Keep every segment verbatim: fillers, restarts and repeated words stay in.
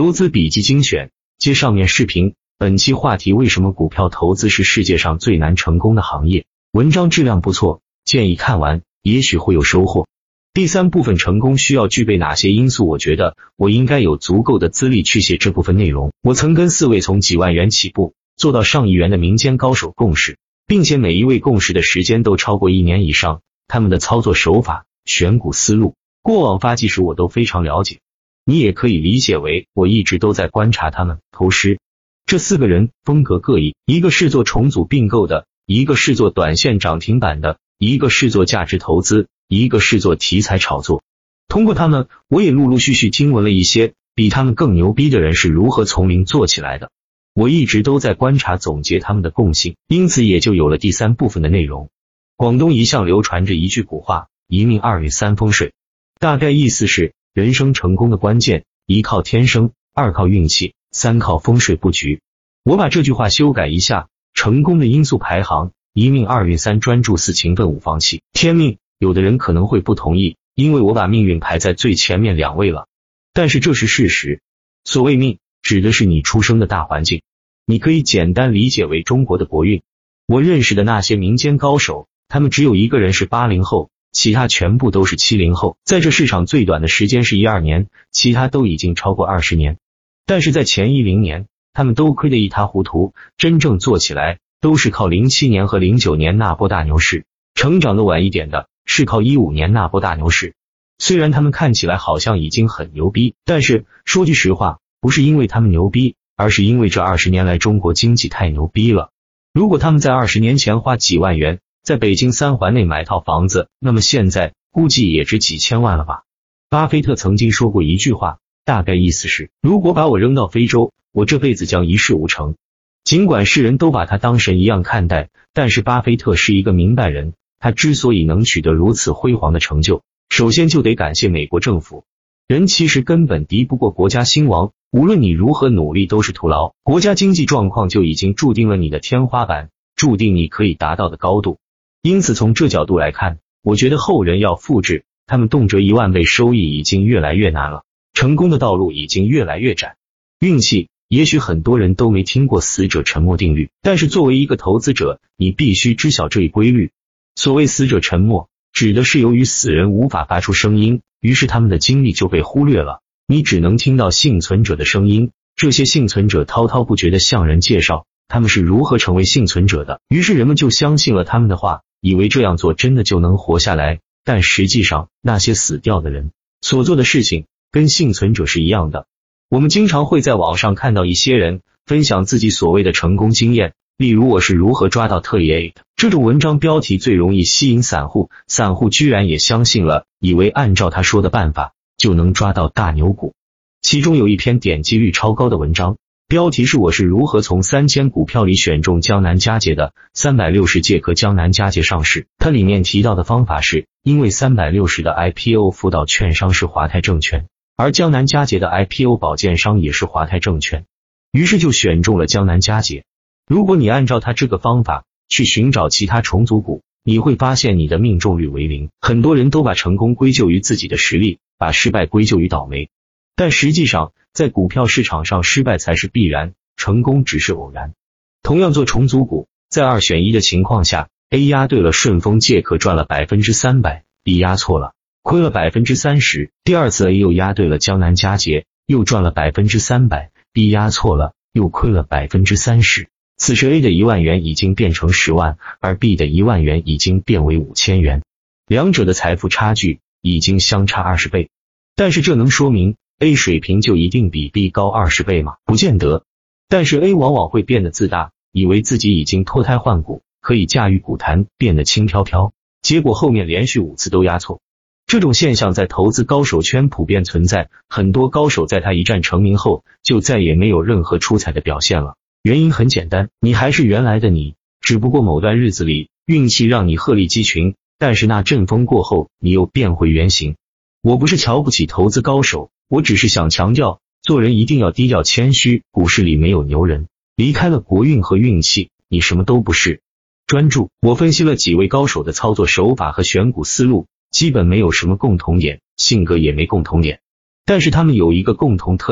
投资笔记精选，接上面视频，本期话题：为什么股票投资是世界上最难成功的行业？文章质量不错，建议看完，也许会有收获。第三部分，成功需要具备哪些因素？我觉得我应该有足够的资历去写这部分内容。我曾跟四位从几万元起步做到上亿元的民间高手共事，并且每一位共事的时间都超过一年以上，他们的操作手法、选股思路、过往发迹史我都非常了解。你也可以理解为我一直都在观察他们。投师这四个人风格各异，一个是做重组并购的，一个是做短线涨停板的，一个是做价值投资，一个是做题材炒作。通过他们，我也陆陆续续听闻了一些比他们更牛逼的人是如何从零做起来的。我一直都在观察总结他们的共性，因此也就有了第三部分的内容。广东一向流传着一句古话，一命二运三风水，大概意思是人生成功的关键，一靠天生，二靠运气，三靠风水布局。我把这句话修改一下，成功的因素排行，一命二运三专注四勤奋五放弃天命。有的人可能会不同意，因为我把命运排在最前面两位了，但是这是事实。所谓命，指的是你出生的大环境，你可以简单理解为中国的国运。我认识的那些民间高手，他们只有一个人是八零后，其他全部都是七零后，在这市场最短的时间是一二年，其他都已经超过二十年。但是在前一零年，他们都亏得一塌糊涂，真正做起来都是靠零七年和零九年那波大牛市，成长的晚一点的是靠一五年那波大牛市。虽然他们看起来好像已经很牛逼，但是说句实话，不是因为他们牛逼，而是因为这二十年来中国经济太牛逼了。如果他们在二十年前花几万元在北京三环内买套房子，那么现在估计也值几千万了吧。巴菲特曾经说过一句话，大概意思是，如果把我扔到非洲，我这辈子将一事无成。尽管世人都把他当神一样看待，但是巴菲特是一个明白人，他之所以能取得如此辉煌的成就，首先就得感谢美国政府。人其实根本敌不过国家兴亡，无论你如何努力都是徒劳，国家经济状况就已经注定了你的天花板，注定你可以达到的高度。因此从这角度来看，我觉得后人要复制他们动辄一万倍收益已经越来越难了，成功的道路已经越来越窄。运气，也许很多人都没听过死者沉默定律，但是作为一个投资者，你必须知晓这一规律。所谓死者沉默，指的是由于死人无法发出声音，于是他们的经历就被忽略了，你只能听到幸存者的声音。这些幸存者滔滔不绝地向人介绍他们是如何成为幸存者的，于是人们就相信了他们的话，以为这样做真的就能活下来。但实际上，那些死掉的人所做的事情跟幸存者是一样的。我们经常会在网上看到一些人分享自己所谓的成功经验，例如我是如何抓到特例 A 的，这种文章标题最容易吸引散户，散户居然也相信了，以为按照他说的办法就能抓到大牛股。其中有一篇点击率超高的文章，标题是我是如何从三千股票里选中江南嘉捷的，三百六十届和江南嘉捷上市。它里面提到的方法是，因为三百六十的 I P O 辅导券商是华泰证券，而江南嘉捷的 I P O 保荐商也是华泰证券，于是就选中了江南嘉捷。如果你按照他这个方法去寻找其他重组股，你会发现你的命中率为零。很多人都把成功归咎于自己的实力，把失败归咎于倒霉，但实际上在股票市场上失败才是必然，成功只是偶然。同样做重组股，在二选一的情况下， A 押对了顺丰借壳赚了 百分之三百， B 押错了亏了 百分之三十， 第二次 A 又押对了江南嘉捷，又赚了 百分之三百， B 押错了又亏了 百分之三十。此时 A 的一万元已经变成十万，而 B 的一万元已经变为五千元，两者的财富差距已经相差二十倍。但是这能说明 A 水平就一定比 B 高二十倍吗？不见得。但是 A 往往会变得自大，以为自己已经脱胎换骨，可以驾驭股坛，变得轻飘飘，结果后面连续五次都押错。这种现象在投资高手圈普遍存在，很多高手在他一战成名后就再也没有任何出彩的表现了。原因很简单，你还是原来的你，只不过某段日子里运气让你鹤立鸡群，但是那阵风过后你又变回原形。我不是瞧不起投资高手，我只是想强调，做人一定要低调谦虚，股市里没有牛人，离开了国运和运气，你什么都不是。专注，我分析了几位高手的操作手法和选股思路，基本没有什么共同点，性格也没共同点，但是他们有一个共同特征，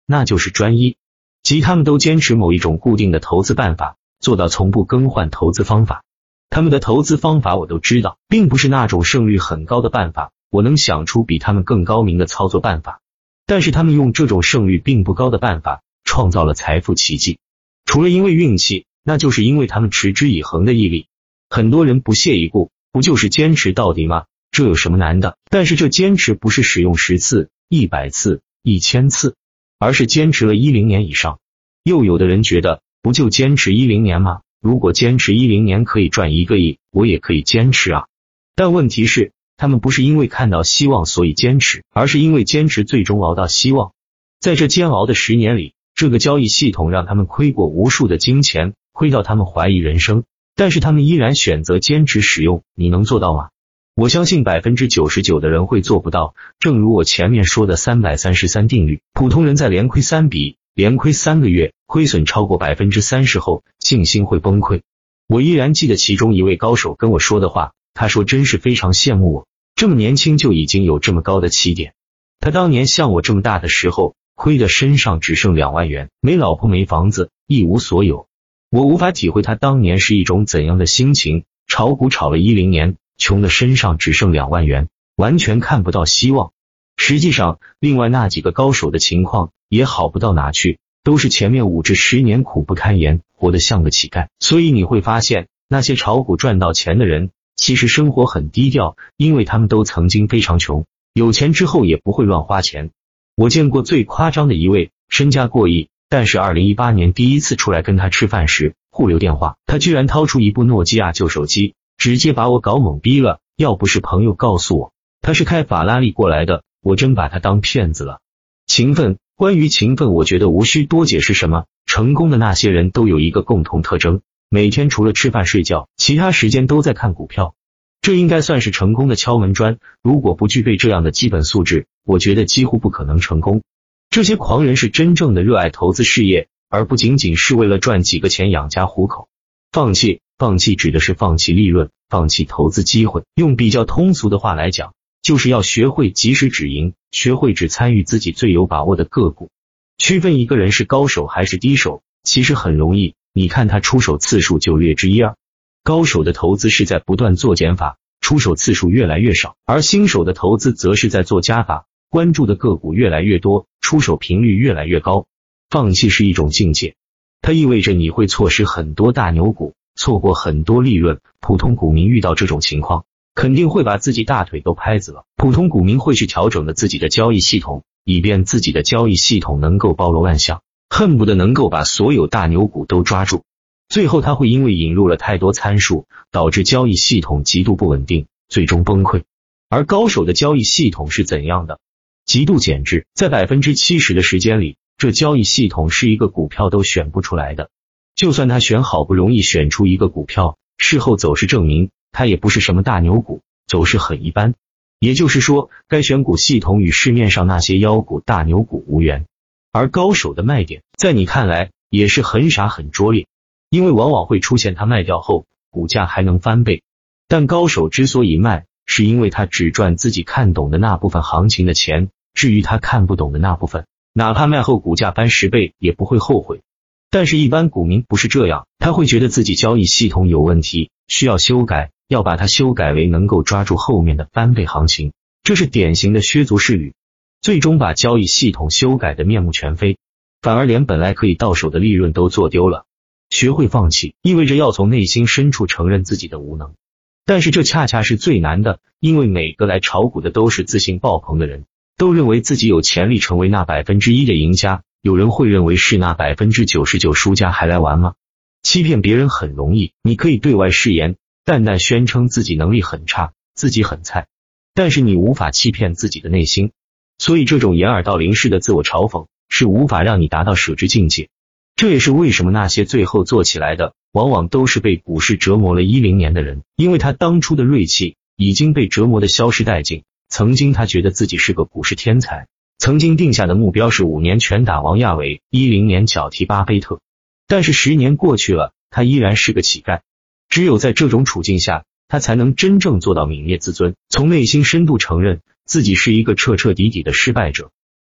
那就是专一，即他们都坚持某一种固定的投资办法，做到从不更换投资方法。他们的投资方法我都知道，并不是那种胜率很高的办法，我能想出比他们更高明的操作办法，但是他们用这种胜率并不高的办法创造了财富奇迹。除了因为运气，那就是因为他们持之以恒的毅力。很多人不屑一顾，不就是坚持到底吗？这有什么难的？但是这坚持不是使用十次、一百次、一千次，而是坚持了一零年以上。又有的人觉得，不就坚持一零年吗？如果坚持一零年可以赚一个亿，我也可以坚持啊。但问题是，他们不是因为看到希望所以坚持，而是因为坚持最终熬到希望。在这煎熬的十年里，这个交易系统让他们亏过无数的金钱，亏到他们怀疑人生，但是他们依然选择坚持使用。你能做到吗？我相信 百分之九十九 的人会做不到。正如我前面说的三百三十三定律，普通人在连亏三笔，连亏三个月，亏损超过 百分之三十 后，信心会崩溃。我依然记得其中一位高手跟我说的话，他说真是非常羡慕我，这么年轻就已经有这么高的起点。他当年像我这么大的时候，亏的身上只剩两万元，没老婆没房子，一无所有。我无法体会他当年是一种怎样的心情，炒股炒了一零年，穷的身上只剩两万元，完全看不到希望。实际上，另外那几个高手的情况也好不到哪去，都是前面五至十年苦不堪言，活得像个乞丐。所以你会发现，那些炒股赚到钱的人，其实生活很低调，因为他们都曾经非常穷，有钱之后也不会乱花钱。我见过最夸张的一位，身家过亿，但是二零一八年第一次出来跟他吃饭时，互留电话，他居然掏出一部诺基亚旧手机，直接把我搞懵逼了。要不是朋友告诉我他是开法拉利过来的，我真把他当骗子了。勤奋，关于勤奋，我觉得无需多解释什么，成功的那些人都有一个共同特征，每天除了吃饭睡觉，其他时间都在看股票。这应该算是成功的敲门砖，如果不具备这样的基本素质，我觉得几乎不可能成功。这些狂人是真正的热爱投资事业，而不仅仅是为了赚几个钱养家糊口。放弃，放弃指的是放弃利润，放弃投资机会。用比较通俗的话来讲，就是要学会及时止盈，学会只参与自己最有把握的个股。区分一个人是高手还是低手，其实很容易，你看他出手次数就略知一二。高手的投资是在不断做减法，出手次数越来越少，而新手的投资则是在做加法，关注的个股越来越多，出手频率越来越高。放弃是一种境界，它意味着你会错失很多大牛股，错过很多利润。普通股民遇到这种情况，肯定会把自己大腿都拍死了。普通股民会去调整的自己的交易系统，以便自己的交易系统能够包罗万象，恨不得能够把所有大牛股都抓住。最后他会因为引入了太多参数，导致交易系统极度不稳定，最终崩溃。而高手的交易系统是怎样的？极度减质，在 百分之七十 的时间里，这交易系统是一个股票都选不出来的。就算他选好不容易选出一个股票，事后走势证明它也不是什么大牛股，走势很一般。也就是说，该选股系统与市面上那些妖股大牛股无缘。而高手的卖点，在你看来也是很傻很拙劣，因为往往会出现他卖掉后股价还能翻倍。但高手之所以卖，是因为他只赚自己看懂的那部分行情的钱，至于他看不懂的那部分，哪怕卖后股价翻十倍也不会后悔。但是一般股民不是这样，他会觉得自己交易系统有问题，需要修改，要把它修改为能够抓住后面的翻倍行情，这是典型的削足适履，最终把交易系统修改的面目全非，反而连本来可以到手的利润都做丢了。学会放弃，意味着要从内心深处承认自己的无能，但是这恰恰是最难的，因为每个来炒股的都是自信爆棚的人，都认为自己有潜力成为那 百分之一 的赢家。有人会认为是那 百分之九十九 输家还来玩吗？欺骗别人很容易，你可以对外誓言，淡淡宣称自己能力很差，自己很菜，但是你无法欺骗自己的内心。所以这种掩耳盗铃式的自我嘲讽是无法让你达到舍之境界。这也是为什么那些最后做起来的往往都是被股市折磨了一零年的人，因为他当初的锐气已经被折磨的消失殆尽。曾经他觉得自己是个股市天才，曾经定下的目标是五年全打王亚伟，一零年脚踢巴菲特，但是十年过去了，他依然是个乞丐。只有在这种处境下，他才能真正做到泯灭自尊，从内心深度承认自己是一个彻彻底底的失败者。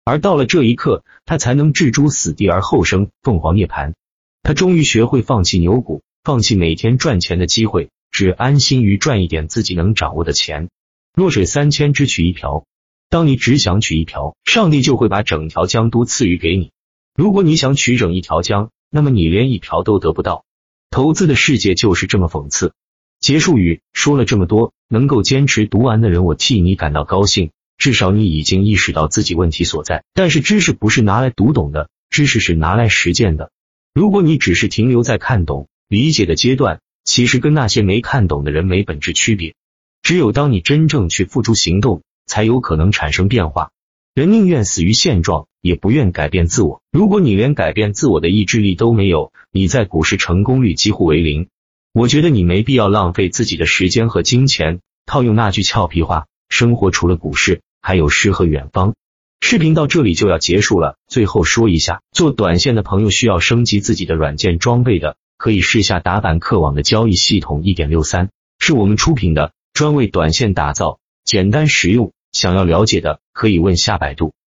而到了这一刻，他才能置诸死地而后生，凤凰涅槃。他终于学会放弃牛股，放弃每天赚钱的机会，只安心于赚一点自己能掌握的钱。弱水三千，只取一瓢。当你只想取一瓢，上帝就会把整条江都赐予给你。如果你想取整一条江，那么你连一瓢都得不到。投资的世界就是这么讽刺。结束语，说了这么多，能够坚持读完的人，我替你感到高兴，至少你已经意识到自己问题所在。但是知识不是拿来读懂的，知识是拿来实践的。如果你只是停留在看懂、理解的阶段，其实跟那些没看懂的人没本质区别。只有当你真正去付诸行动，才有可能产生变化。人宁愿死于现状，也不愿改变自我。如果你连改变自我的意志力都没有，你在股市成功率几乎为零。我觉得你没必要浪费自己的时间和金钱。套用那句俏皮话，生活除了股市，还有诗和远方。视频到这里就要结束了，最后说一下，做短线的朋友需要升级自己的软件装备的，可以试下打板客网的交易系统 一点六三， 是我们出品的，专为短线打造，简单实用，想要了解的可以问下百度。